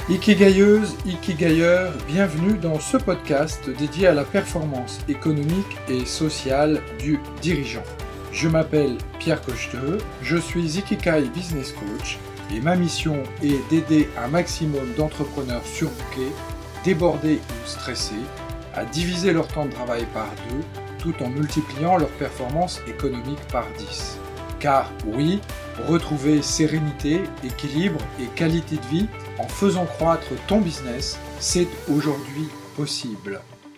Ikigailleuse, Ikigailleur, bienvenue dans ce podcast dédié à la performance économique et sociale du dirigeant. Je m'appelle Pierre Cocheteux, je suis Ikigai Business Coach et ma mission est d'aider un maximum d'entrepreneurs surbookés, débordés ou stressés, à diviser leur temps de travail par 2 tout en multipliant leur performance économique par 10. Car oui, retrouver sérénité, équilibre et qualité de vie en faisant croître ton business, c'est aujourd'hui possible.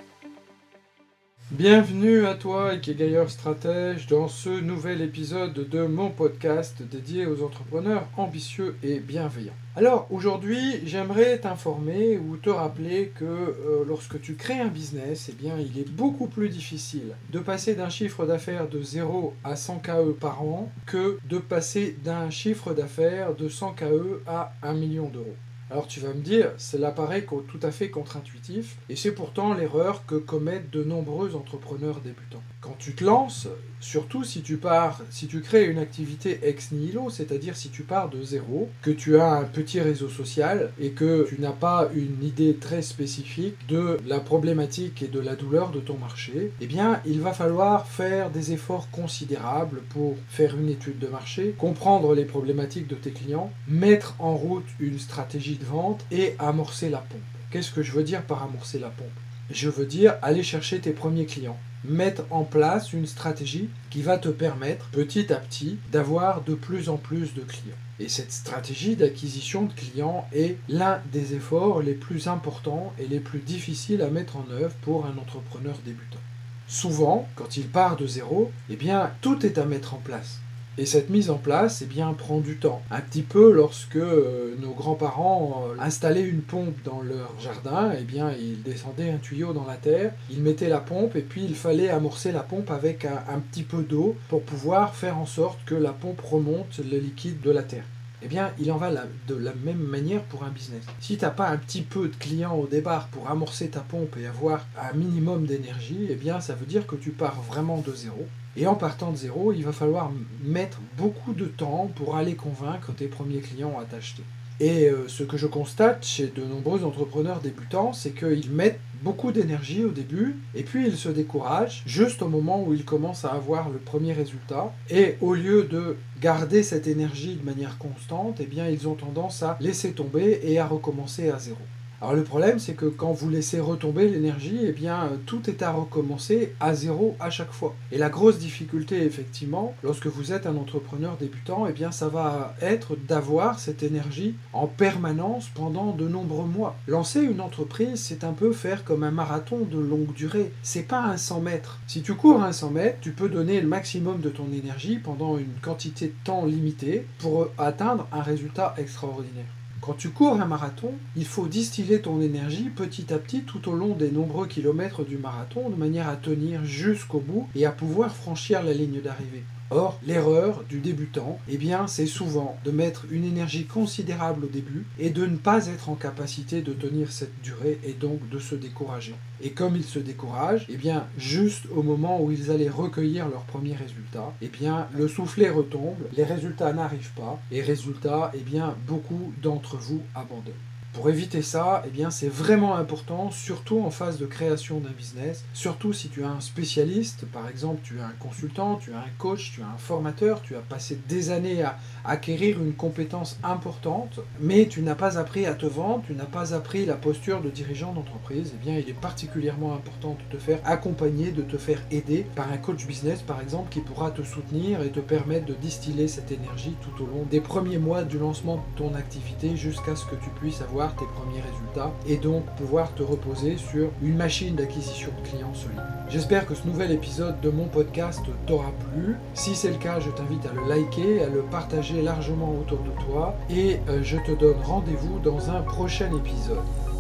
Bienvenue à toi, Ikigailleur stratège, dans ce nouvel épisode de mon podcast dédié aux entrepreneurs ambitieux et bienveillants. Alors aujourd'hui, j'aimerais t'informer ou te rappeler que lorsque tu crées un business, eh bien, il est beaucoup plus difficile de passer d'un chiffre d'affaires de 0 à 100 KE par an que de passer d'un chiffre d'affaires de 100 KE à 1 million d'euros. Alors tu vas me dire, cela paraît tout à fait contre-intuitif, et c'est pourtant l'erreur que commettent de nombreux entrepreneurs débutants. Quand tu te lances, surtout si tu crées une activité ex nihilo, c'est-à-dire si tu pars de zéro, que tu as un petit réseau social et que tu n'as pas une idée très spécifique de la problématique et de la douleur de ton marché, eh bien il va falloir faire des efforts considérables pour faire une étude de marché, comprendre les problématiques de tes clients, mettre en route une stratégie de vente et amorcer la pompe. Qu'est-ce que je veux dire par amorcer la pompe ? Je veux dire aller chercher tes premiers clients. Mettre en place une stratégie qui va te permettre petit à petit d'avoir de plus en plus de clients. Et cette stratégie d'acquisition de clients est l'un des efforts les plus importants et les plus difficiles à mettre en œuvre pour un entrepreneur débutant. Souvent, quand il part de zéro, eh bien, tout est à mettre en place. Et cette mise en place, eh bien, prend du temps. Un petit peu lorsque nos grands-parents installaient une pompe dans leur jardin, eh bien, ils descendaient un tuyau dans la terre, ils mettaient la pompe et puis il fallait amorcer la pompe avec un petit peu d'eau pour pouvoir faire en sorte que la pompe remonte le liquide de la terre. Eh bien, il en va de la même manière pour un business. Si tu n'as pas un petit peu de clients au départ pour amorcer ta pompe et avoir un minimum d'énergie, eh bien, ça veut dire que tu pars vraiment de zéro. Et en partant de zéro, il va falloir mettre beaucoup de temps pour aller convaincre tes premiers clients à t'acheter. Et ce que je constate chez de nombreux entrepreneurs débutants, c'est qu'ils mettent beaucoup d'énergie au début, et puis ils se découragent juste au moment où ils commencent à avoir le premier résultat. Et au lieu de garder cette énergie de manière constante, eh bien ils ont tendance à laisser tomber et à recommencer à zéro. Alors le problème, c'est que quand vous laissez retomber l'énergie, eh bien tout est à recommencer à zéro à chaque fois. Et la grosse difficulté, effectivement, lorsque vous êtes un entrepreneur débutant, eh bien ça va être d'avoir cette énergie en permanence pendant de nombreux mois. Lancer une entreprise, c'est un peu faire comme un marathon de longue durée. C'est pas un 100 mètres. Si tu cours un 100 mètres, tu peux donner le maximum de ton énergie pendant une quantité de temps limitée pour atteindre un résultat extraordinaire. Quand tu cours un marathon, il faut distiller ton énergie petit à petit tout au long des nombreux kilomètres du marathon de manière à tenir jusqu'au bout et à pouvoir franchir la ligne d'arrivée. Or, l'erreur du débutant, eh bien, c'est souvent de mettre une énergie considérable au début et de ne pas être en capacité de tenir cette durée et donc de se décourager. Et comme ils se découragent, eh bien, juste au moment où ils allaient recueillir leurs premiers résultats, eh bien, le soufflet retombe, les résultats n'arrivent pas, et résultat, eh bien, beaucoup d'entre vous abandonnent. Pour éviter ça, eh bien, c'est vraiment important, surtout en phase de création d'un business, surtout si tu as un spécialiste, par exemple tu as un consultant, tu as un coach, tu as un formateur, tu as passé des années à acquérir une compétence importante, mais tu n'as pas appris à te vendre, tu n'as pas appris la posture de dirigeant d'entreprise, eh bien, il est particulièrement important de te faire accompagner, de te faire aider par un coach business, par exemple, qui pourra te soutenir et te permettre de distiller cette énergie tout au long des premiers mois du lancement de ton activité jusqu'à ce que tu puisses avoir tes premiers résultats et donc pouvoir te reposer sur une machine d'acquisition de clients solide. J'espère que ce nouvel épisode de mon podcast t'aura plu. Si c'est le cas, je t'invite à le liker, à le partager largement autour de toi et je te donne rendez-vous dans un prochain épisode.